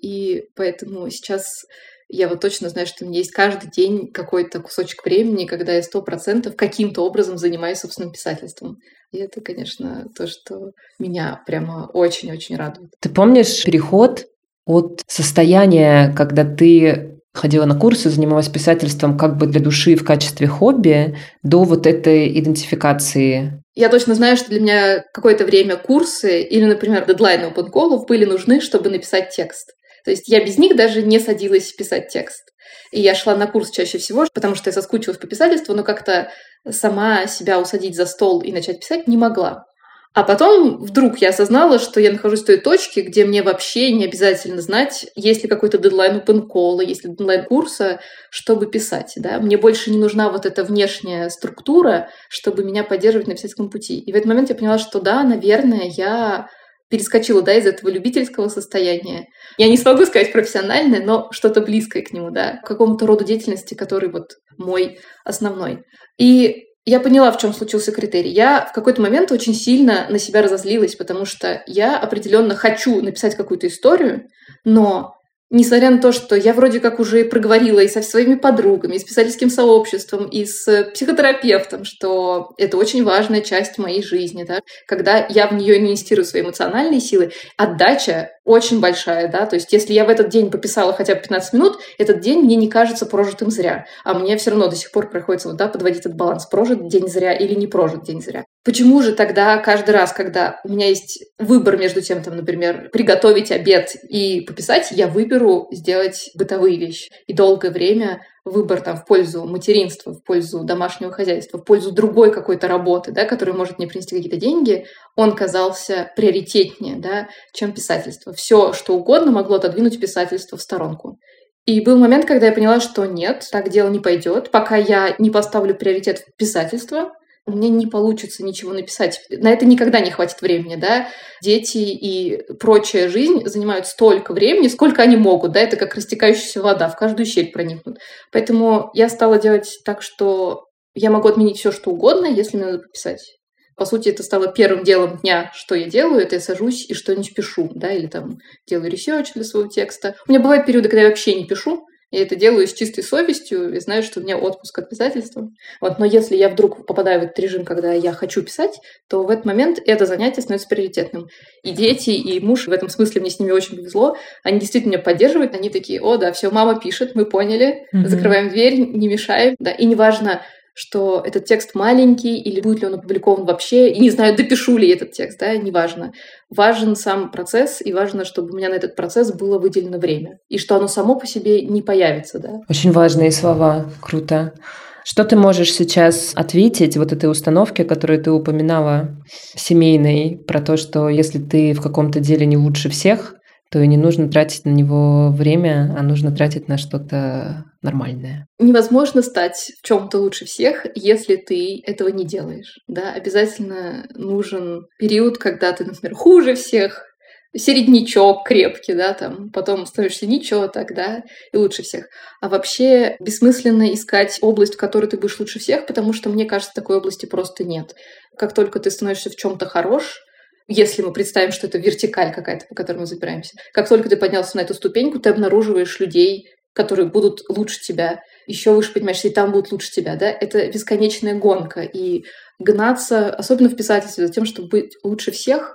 и поэтому сейчас я вот точно знаю, что у меня есть каждый день какой-то кусочек времени, когда я сто процентов каким-то образом занимаюсь собственным писательством. И это, конечно, то, что меня прямо очень-очень радует. Ты помнишь переход от состояния, когда ты ходила на курсы, занималась писательством как бы для души в качестве хобби, до вот этой идентификации? Я точно знаю, что для меня какое-то время курсы или, например, дедлайны open call'ов были нужны, чтобы написать текст. То есть я без них даже не садилась писать текст. И я шла на курс чаще всего, потому что я соскучилась по писательству, но как-то сама себя усадить за стол и начать писать не могла. А потом вдруг я осознала, что я нахожусь в той точке, где мне вообще не обязательно знать, есть ли какой-то дедлайн open call, есть ли дедлайн курса, чтобы писать. Да? Мне больше не нужна вот эта внешняя структура, чтобы меня поддерживать на писательском пути. И в этот момент я поняла, что да, наверное, я перескочила, да, из этого любительского состояния. Я не смогу сказать профессиональное, но что-то близкое к нему, да, к какому-то роду деятельности, который вот мой основной. И я поняла, в чем случился критерий. Я в какой-то момент очень сильно на себя разозлилась, потому что я определенно хочу написать какую-то историю, но несмотря на то, что я вроде как уже проговорила и со своими подругами, и с писательским сообществом, и с психотерапевтом, что это очень важная часть моей жизни, да, когда я в нее инвестирую свои эмоциональные силы, отдача очень большая, да, то есть если я в этот день пописала хотя бы пятнадцать минут, этот день мне не кажется прожитым зря, а мне все равно до сих пор приходится вот, да, подводить этот баланс, прожит день зря или не прожит день зря. Почему же тогда каждый раз, когда у меня есть выбор между тем, там, например, приготовить обед и пописать, я выберу сделать бытовые вещи. И долгое время выбор там в пользу материнства, в пользу домашнего хозяйства, в пользу другой какой-то работы, да, которая может мне принести какие-то деньги, он казался приоритетнее, да, чем писательство. Все, что угодно могло отодвинуть писательство в сторонку. И был момент, когда я поняла, что нет, так дело не пойдет, пока я не поставлю приоритет в писательство, у меня не получится ничего написать. На это никогда не хватит времени, да. Дети и прочая жизнь занимают столько времени, сколько они могут, да. Это как растекающаяся вода, в каждую щель проникнут. Поэтому я стала делать так, что я могу отменить все, что угодно, если мне надо пописать. По сути, это стало первым делом дня, что я делаю, это я сажусь и что-нибудь пишу, да, или там делаю ресерч для своего текста. У меня бывают периоды, когда я вообще не пишу, я это делаю с чистой совестью и знаю, что у меня отпуск от писательства. Вот. Но если я вдруг попадаю в этот режим, когда я хочу писать, то в этот момент это занятие становится приоритетным. И дети, и муж, в этом смысле мне с ними очень повезло, они действительно меня поддерживают, они такие: о, да, все, мама пишет, мы поняли, mm-hmm. закрываем дверь, не мешаем. Да. И неважно, что этот текст маленький, или будет ли он опубликован вообще, и не знаю, допишу ли этот текст, да, неважно. Важен сам процесс, и важно, чтобы у меня на этот процесс было выделено время, и что оно само по себе не появится, да. Очень важные слова, круто. Что ты можешь сейчас ответить вот этой установке, которую ты упоминала, семейной, про то, что если ты в каком-то деле не лучше всех, то и не нужно тратить на него время, а нужно тратить на что-то нормальное. Невозможно стать в чем-то лучше всех, если ты этого не делаешь. Да? Обязательно нужен период, когда ты, например, хуже всех, середнячок крепкий, да, там, потом становишься ничего тогда и лучше всех. А вообще бессмысленно искать область, в которой ты будешь лучше всех, потому что, мне кажется, такой области просто нет. Как только ты становишься в чем-то хорош, если мы представим, что это вертикаль какая-то, по которой мы забираемся, как только ты поднялся на эту ступеньку, ты обнаруживаешь людей, которые будут лучше тебя, еще выше поднимаешься, и там будут лучше тебя, да, это бесконечная гонка, и гнаться, особенно в писательстве, за тем, чтобы быть лучше всех,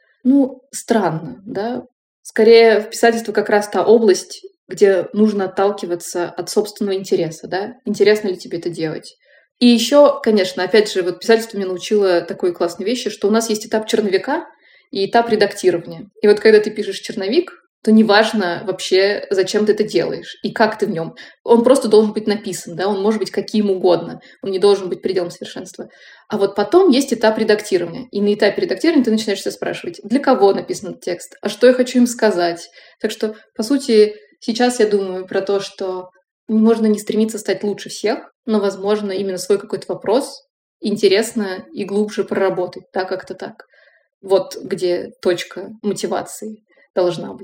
ну, странно, да, скорее в писательстве как раз та область, где нужно отталкиваться от собственного интереса, да, интересно ли тебе это делать. И еще, конечно, опять же, вот писательство меня научило такой классной вещи, что у нас есть этап черновика и этап редактирования. И вот когда ты пишешь черновик, то неважно вообще, зачем ты это делаешь и как ты в нем. Он просто должен быть написан, да, он может быть каким угодно, он не должен быть пределом совершенства. А вот потом есть этап редактирования. И на этапе редактирования ты начинаешь себя спрашивать, для кого написан этот текст, а что я хочу им сказать. Так что, по сути, сейчас я думаю про то, что можно не стремиться стать лучше всех, но, возможно, именно свой какой-то вопрос интересно и глубже проработать, да, как-то так. Вот где точка мотивации должна быть.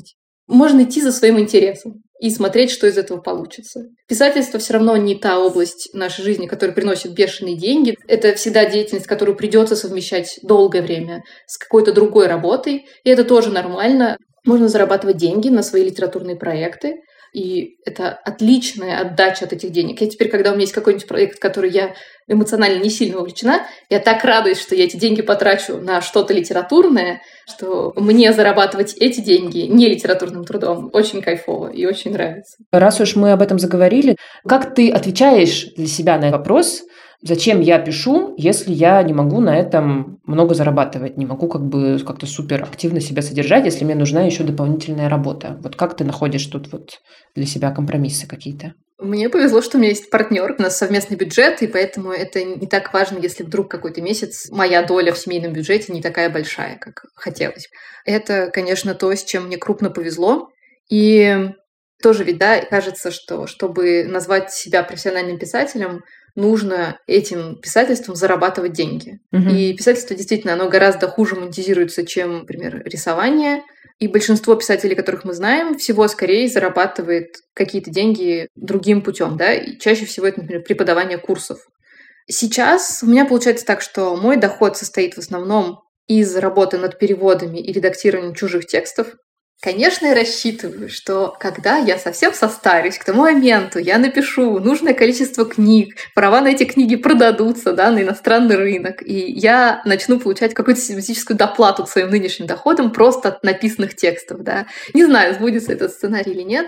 можно идти за своим интересом и смотреть, что из этого получится. Писательство все равно не та область нашей жизни, которая приносит бешеные деньги. Это всегда деятельность, которую придется совмещать долгое время с какой-то другой работой, и это тоже нормально. Можно зарабатывать деньги на свои литературные проекты, и это отличная отдача от этих денег. Я теперь, когда у меня есть какой-нибудь проект, в который я эмоционально не сильно вовлечена, я так радуюсь, что я эти деньги потрачу на что-то литературное, что мне зарабатывать эти деньги не литературным трудом очень кайфово и очень нравится. Раз уж мы об этом заговорили, как ты отвечаешь для себя на этот вопрос, зачем я пишу, если я не могу на этом много зарабатывать, не могу как бы как-то супер активно себя содержать, если мне нужна еще дополнительная работа? Вот как ты находишь тут вот для себя компромиссы какие-то? Мне повезло, что у меня есть партнер, у нас совместный бюджет, и поэтому это не так важно, если вдруг какой-то месяц моя доля в семейном бюджете не такая большая, как хотелось. Это, конечно, то, с чем мне крупно повезло. И тоже ведь, да, кажется, что чтобы назвать себя профессиональным писателем, нужно этим писательством зарабатывать деньги. Угу. И писательство действительно, оно гораздо хуже монетизируется, чем, например, рисование. И большинство писателей, которых мы знаем, всего скорее зарабатывает какие-то деньги другим путем, да, и чаще всего это, например, преподавание курсов. Сейчас у меня получается так, что мой доход состоит в основном из работы над переводами и редактированием чужих текстов. Конечно, я рассчитываю, что когда я совсем состарюсь, к тому моменту я напишу нужное количество книг, права на эти книги продадутся, да, на иностранный рынок, и я начну получать какую-то символическую доплату к своим нынешним доходам просто от написанных текстов, да. Не знаю, сбудется этот сценарий или нет,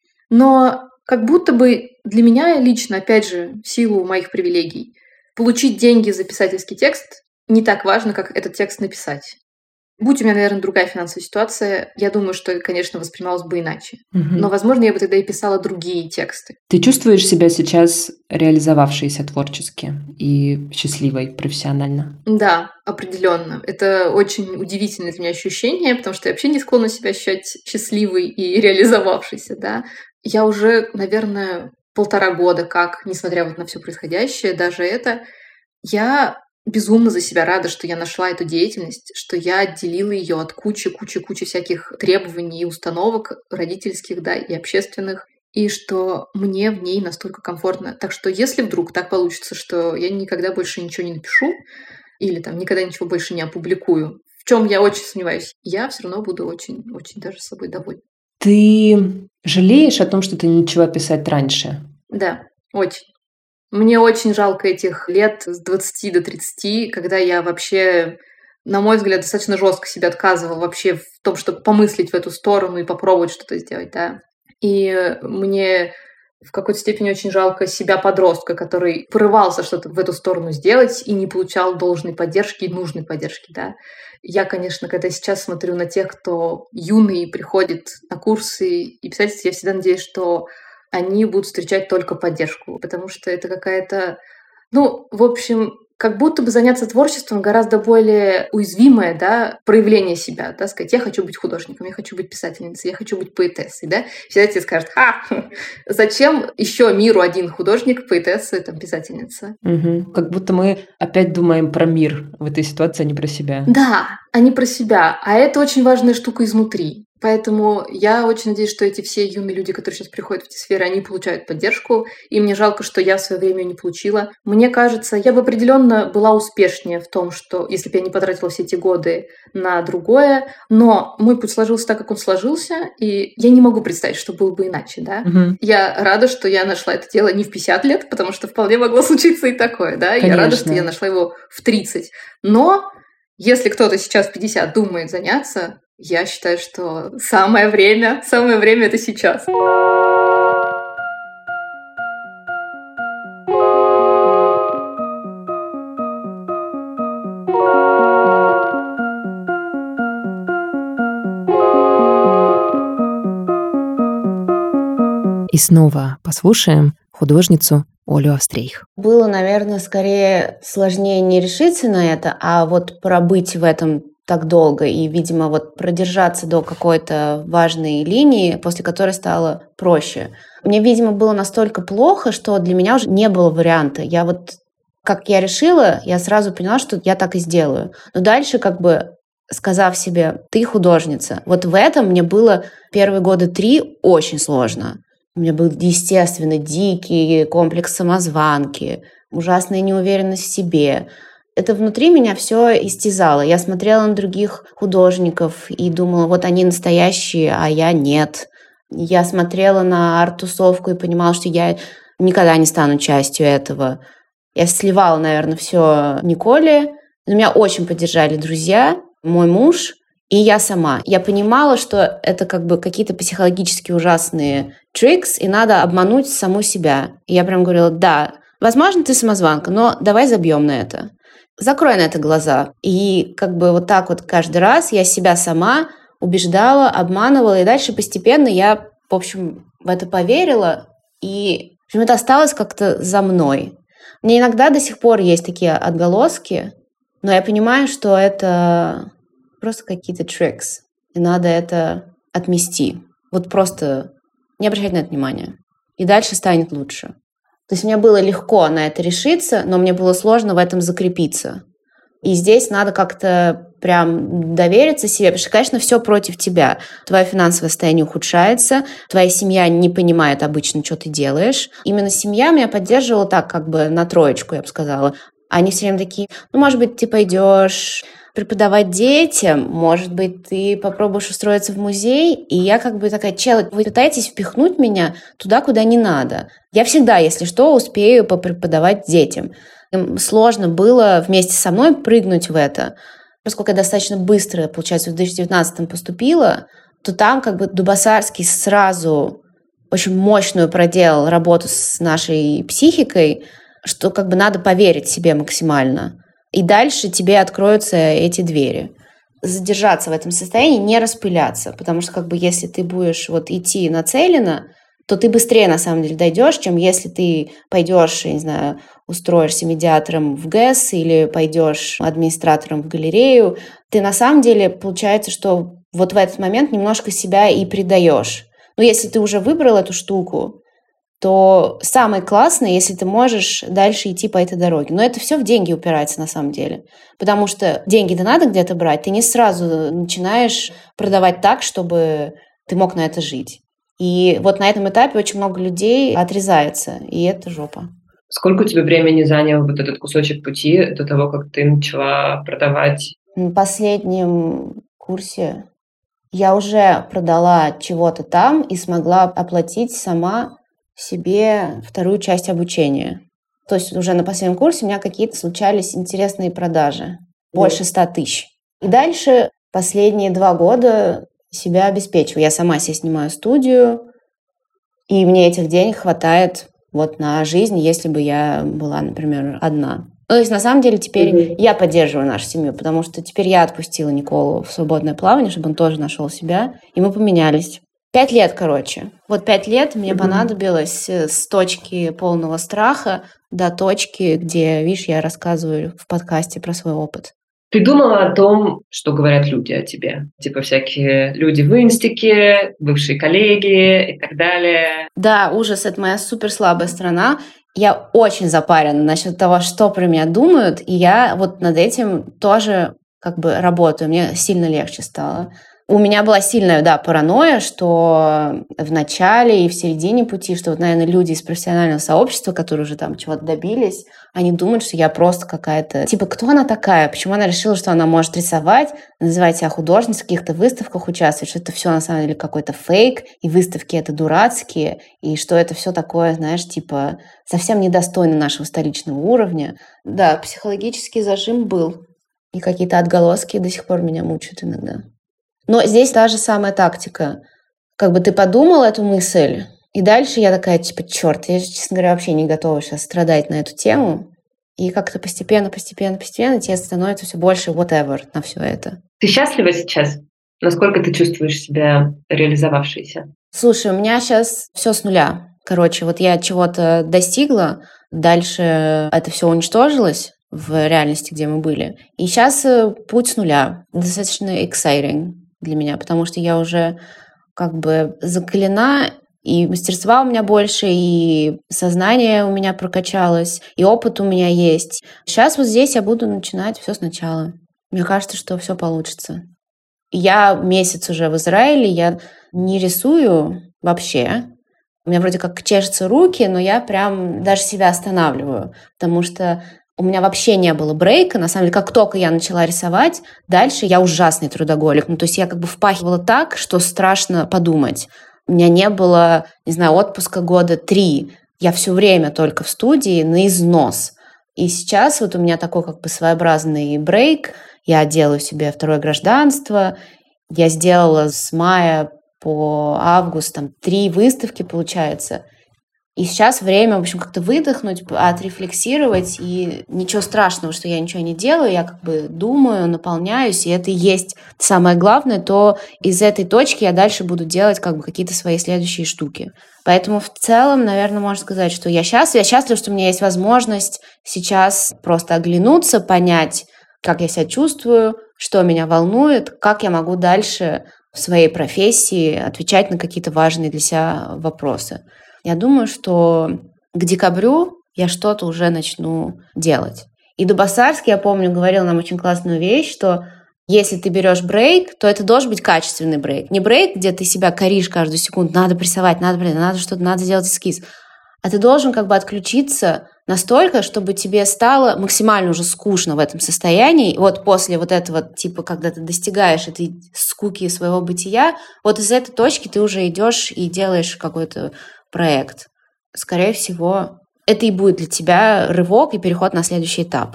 но как будто бы для меня лично, опять же, в силу моих привилегий, получить деньги за писательский текст не так важно, как этот текст написать. Будь у меня, наверное, другая финансовая ситуация, я думаю, что, конечно, воспринималось бы иначе. Угу. Но, возможно, я бы тогда и писала другие тексты. Ты чувствуешь себя сейчас реализовавшейся творчески и счастливой профессионально? Да, определенно. Это очень удивительное для меня ощущение, потому что я вообще не склонна себя ощущать счастливой и реализовавшейся, да. Я уже, наверное, полтора года как, несмотря вот на все происходящее, даже это, я безумно за себя рада, что я нашла эту деятельность, что я отделила ее от кучи-кучи-кучи всяких требований и установок родительских, да, и общественных, и что мне в ней настолько комфортно. Так что если вдруг так получится, что я никогда больше ничего не напишу или там никогда ничего больше не опубликую, в чем я очень сомневаюсь, я все равно буду очень-очень даже собой довольна. Ты жалеешь о том, что ты не начала писать раньше? Да, очень. Мне очень жалко этих лет с двадцати до тридцати, когда я вообще, на мой взгляд, достаточно жестко себя отказывала вообще в том, чтобы помыслить в эту сторону и попробовать что-то сделать, да. И мне в какой-то степени очень жалко себя подростка, который порывался что-то в эту сторону сделать и не получал должной поддержки и нужной поддержки, да. Я, конечно, когда сейчас смотрю на тех, кто юный приходит на курсы и писательство, я всегда надеюсь, что они будут встречать только поддержку, потому что это какая-то, ну, в общем, как будто бы заняться творчеством гораздо более уязвимое, да, проявление себя, да, сказать, я хочу быть художником, я хочу быть писательницей, я хочу быть поэтессой, да, всегда тебе скажут, ха, зачем еще миру один художник, поэтесса, там, писательница? Угу. Как будто мы опять думаем про мир в этой ситуации, а не про себя. Да, а не про себя, а это очень важная штука изнутри. Поэтому я очень надеюсь, что эти все юные люди, которые сейчас приходят в эти сферы, они получают поддержку. И мне жалко, что я в свое время не получила. Мне кажется, я бы определенно была успешнее в том, что если бы я не потратила все эти годы на другое. Но мой путь сложился так, как он сложился, и я не могу представить, что было бы иначе, да. Угу. Я рада, что я нашла это дело не в пятьдесят лет, потому что вполне могло случиться и такое, да. Конечно. Я рада, что я нашла его в тридцать. Но если кто-то сейчас в пятьдесят думает заняться, я считаю, что самое время, самое время это сейчас. И снова послушаем художницу Олю Австрейх. Было, наверное, скорее сложнее не решиться на это, а вот пробыть в этом так долго и, видимо, вот продержаться до какой-то важной линии, после которой стало проще. Мне, видимо, было настолько плохо, что для меня уже не было варианта. Я вот, как я решила, я сразу поняла, что я так и сделаю. Но дальше как бы сказав себе, ты художница. Вот в этом мне было первые года три очень сложно. У меня был, естественно, дикий комплекс самозванки, ужасная неуверенность в себе. Это внутри меня все истязало. Я смотрела на других художников и думала, вот они настоящие, а я нет. Я смотрела на арт-тусовку и понимала, что я никогда не стану частью этого. Я сливала, наверное, все Николе. Но меня очень поддержали друзья, мой муж и я сама. Я понимала, что это как бы какие-то психологически ужасные трикс, и надо обмануть саму себя. И я прям говорила, да, возможно, ты самозванка, но давай забьем на это. Закрой на это глаза. И как бы вот так вот каждый раз я себя сама убеждала, обманывала, и дальше постепенно я, в общем, в это поверила, и в общем, это осталось как-то за мной. Мне иногда до сих пор есть такие отголоски, но я понимаю, что это просто какие-то трикс, и надо это отмести. Вот просто не обращать на это внимания. И дальше станет лучше. То есть мне было легко на это решиться, но мне было сложно в этом закрепиться. И здесь надо как-то прям довериться себе, потому что, конечно, все против тебя. Твое финансовое состояние ухудшается, твоя семья не понимает обычно, что ты делаешь. Именно семья меня поддерживала так, как бы на троечку, я бы сказала. Они все время такие, ну, может быть, ты пойдешь преподавать детям, может быть, ты попробуешь устроиться в музей. И я как бы такая, чел, вы пытаетесь впихнуть меня туда, куда не надо. Я всегда, если что, успею попреподавать детям. Им сложно было вместе со мной прыгнуть в это. Поскольку я достаточно быстро, получается, в две тысячи девятнадцатом поступила, то там как бы Дубасарский сразу очень мощную проделал работу с нашей психикой, что как бы надо поверить себе максимально. И дальше тебе откроются эти двери. Задержаться в этом состоянии, не распыляться, потому что как бы если ты будешь вот идти нацеленно, то ты быстрее на самом деле дойдешь, чем если ты пойдешь, я не знаю, устроишься медиатором в ГЭС или пойдешь администратором в галерею. Ты на самом деле, получается, что вот в этот момент немножко себя и предаешь. Но если ты уже выбрал эту штуку, то самое классное, если ты можешь дальше идти по этой дороге. Но это все в деньги упирается на самом деле. Потому что деньги-то надо где-то брать. Ты не сразу начинаешь продавать так, чтобы ты мог на это жить. И вот на этом этапе очень много людей отрезается. И это жопа. Сколько у тебя времени занял вот этот кусочек пути до того, как ты начала продавать? На последнем курсе я уже продала чего-то там и смогла оплатить сама себе вторую часть обучения. То есть уже на последнем курсе у меня какие-то случались интересные продажи. Больше ста тысяч. И дальше последние два года себя обеспечиваю. Я сама себе снимаю студию, и мне этих денег хватает вот на жизнь, если бы я была, например, одна. То есть, на самом деле, теперь mm-hmm. я поддерживаю нашу семью, потому что теперь я отпустила Николу в свободное плавание, чтобы он тоже нашел себя, и мы поменялись. Пять лет, короче. Вот пять лет мне mm-hmm. понадобилось с точки полного страха до точки, где, видишь, я рассказываю в подкасте про свой опыт. Ты думала о том, что говорят люди о тебе? Типа всякие люди в инстике, бывшие коллеги и так далее. Да, ужас, это моя суперслабая сторона. Я очень запарена насчет того, что про меня думают, и я вот над этим тоже как бы работаю. Мне сильно легче стало. У меня была сильная, да, паранойя, что в начале и в середине пути, что вот, наверное, люди из профессионального сообщества, которые уже там чего-то добились, они думают, что я просто какая-то... Типа, кто она такая? Почему она решила, что она может рисовать, называть себя художницей, в каких-то выставках участвовать, что это все на самом деле какой-то фейк, и выставки это дурацкие, и что это все такое, знаешь, типа, совсем недостойно нашего столичного уровня. Да, психологический зажим был. И какие-то отголоски до сих пор меня мучают иногда. Но здесь та же самая тактика. Как бы ты подумал эту мысль, и дальше я такая, типа, черт, я, честно говоря, вообще не готова сейчас страдать на эту тему. И как-то постепенно, постепенно, постепенно тебе становится все больше whatever на все это. Ты счастлива сейчас? Насколько ты чувствуешь себя реализовавшейся? Слушай, у меня сейчас все с нуля. Короче, вот я чего-то достигла, дальше это все уничтожилось в реальности, где мы были. И сейчас путь с нуля. Достаточно exciting для меня, потому что я уже как бы закалена, и мастерства у меня больше, и сознание у меня прокачалось, и опыт у меня есть. Сейчас вот здесь я буду начинать все сначала. Мне кажется, что все получится. Я месяц уже в Израиле, я не рисую вообще. У меня вроде как чешутся руки, но я прям даже себя останавливаю, потому что у меня вообще не было брейка. На самом деле, как только я начала рисовать, дальше я ужасный трудоголик. Ну, то есть я как бы впахивала так, что страшно подумать. У меня не было, не знаю, отпуска года три. Я все время только в студии на износ. И сейчас вот у меня такой как бы своеобразный брейк. Я делаю себе второе гражданство. Я сделала с мая по август там три выставки, получается. И сейчас время, в общем, как-то выдохнуть, отрефлексировать. И ничего страшного, что я ничего не делаю. Я как бы думаю, наполняюсь. И это и есть самое главное. То из этой точки я дальше буду делать как бы какие-то свои следующие штуки. Поэтому в целом, наверное, можно сказать, что я счастлива. Я счастлива, что у меня есть возможность сейчас просто оглянуться, понять, как я себя чувствую, что меня волнует, как я могу дальше в своей профессии отвечать на какие-то важные для себя вопросы. Я думаю, что к декабрю я что-то уже начну делать. И Дубасарский, я помню, говорил нам очень классную вещь, что если ты берешь брейк, то это должен быть качественный брейк. Не брейк, где ты себя коришь каждую секунду, надо прессовать, надо, блин, надо что-то, надо сделать эскиз. А ты должен как бы отключиться настолько, чтобы тебе стало максимально уже скучно в этом состоянии. И вот после вот этого, типа, когда ты достигаешь этой скуки своего бытия, вот из этой точки ты уже идешь и делаешь какой-то проект. Скорее всего, это и будет для тебя рывок и переход на следующий этап.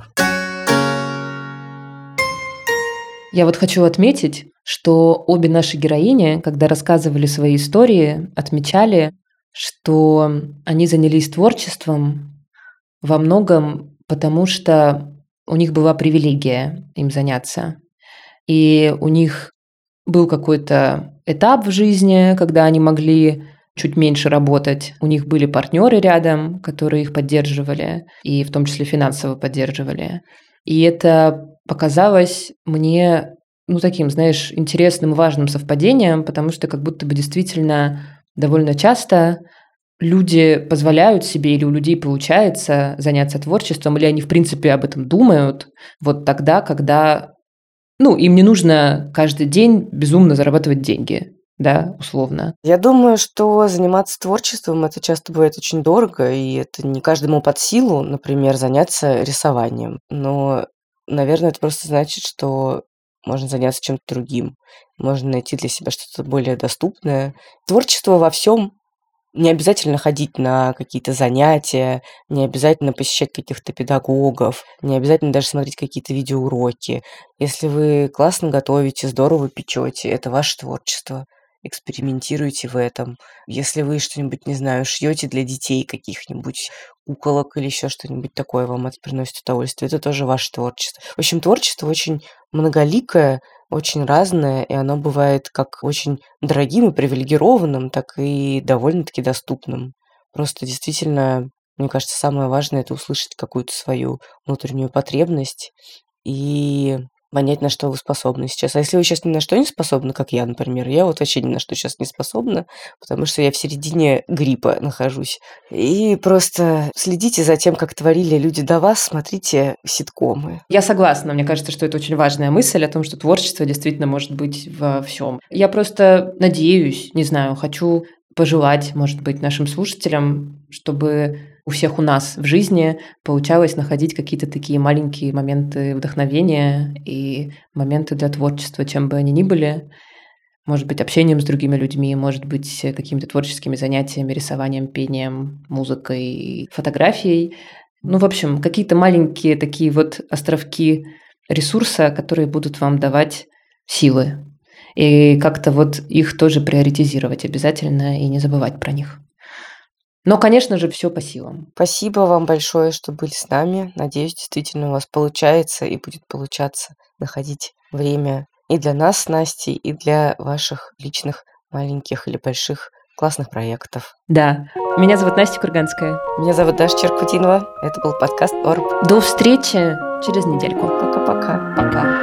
Я вот хочу отметить, что обе наши героини, когда рассказывали свои истории, отмечали, что они занялись творчеством во многом потому, что у них была привилегия им заняться. И у них был какой-то этап в жизни, когда они могли чуть меньше работать. У них были партнеры рядом, которые их поддерживали, и в том числе финансово поддерживали. И это показалось мне, ну, таким, знаешь, интересным, важным совпадением, потому что как будто бы действительно довольно часто люди позволяют себе, или у людей получается заняться творчеством, или они, в принципе, об этом думают вот тогда, когда, ну, им не нужно каждый день безумно зарабатывать деньги, да, условно. Я думаю, что заниматься творчеством это часто бывает очень дорого, и это не каждому под силу, например, заняться рисованием. Но, наверное, это просто значит, что можно заняться чем-то другим. Можно найти для себя что-то более доступное. Творчество во всем. Не обязательно ходить на какие-то занятия, не обязательно посещать каких-то педагогов, не обязательно даже смотреть какие-то видеоуроки. Если вы классно готовите, здорово печете, это ваше творчество. Экспериментируйте в этом. Если вы что-нибудь, не знаю, шьете для детей каких-нибудь куколок или еще что-нибудь такое, вам это приносит удовольствие, это тоже ваше творчество. В общем, творчество очень многоликое, очень разное, и оно бывает как очень дорогим и привилегированным, так и довольно-таки доступным. Просто действительно, мне кажется, самое важное – это услышать какую-то свою внутреннюю потребность и понять, на что вы способны сейчас. А если вы сейчас ни на что не способны, как я, например, я вот вообще ни на что сейчас не способна, потому что я в середине гриппа нахожусь. И просто следите за тем, как творили люди до вас, смотрите ситкомы. Я согласна. Мне кажется, что это очень важная мысль о том, что творчество действительно может быть во всем. Я просто надеюсь, не знаю, хочу пожелать, может быть, нашим слушателям, чтобы у всех у нас в жизни получалось находить какие-то такие маленькие моменты вдохновения и моменты для творчества, чем бы они ни были. Может быть, общением с другими людьми, может быть, какими-то творческими занятиями, рисованием, пением, музыкой, фотографией. Ну, в общем, какие-то маленькие такие вот островки ресурса, которые будут вам давать силы. И как-то вот их тоже приоритизировать обязательно и не забывать про них. Но, конечно же, все по силам. Спасибо вам большое, что были с нами. Надеюсь, действительно у вас получается и будет получаться находить время и для нас с Настей, и для ваших личных маленьких или больших классных проектов. Да. Меня зовут Настя Курганская. Меня зовут Даша Черкутинова. Это был подкаст Орб. До встречи через недельку. Пока-пока. Пока.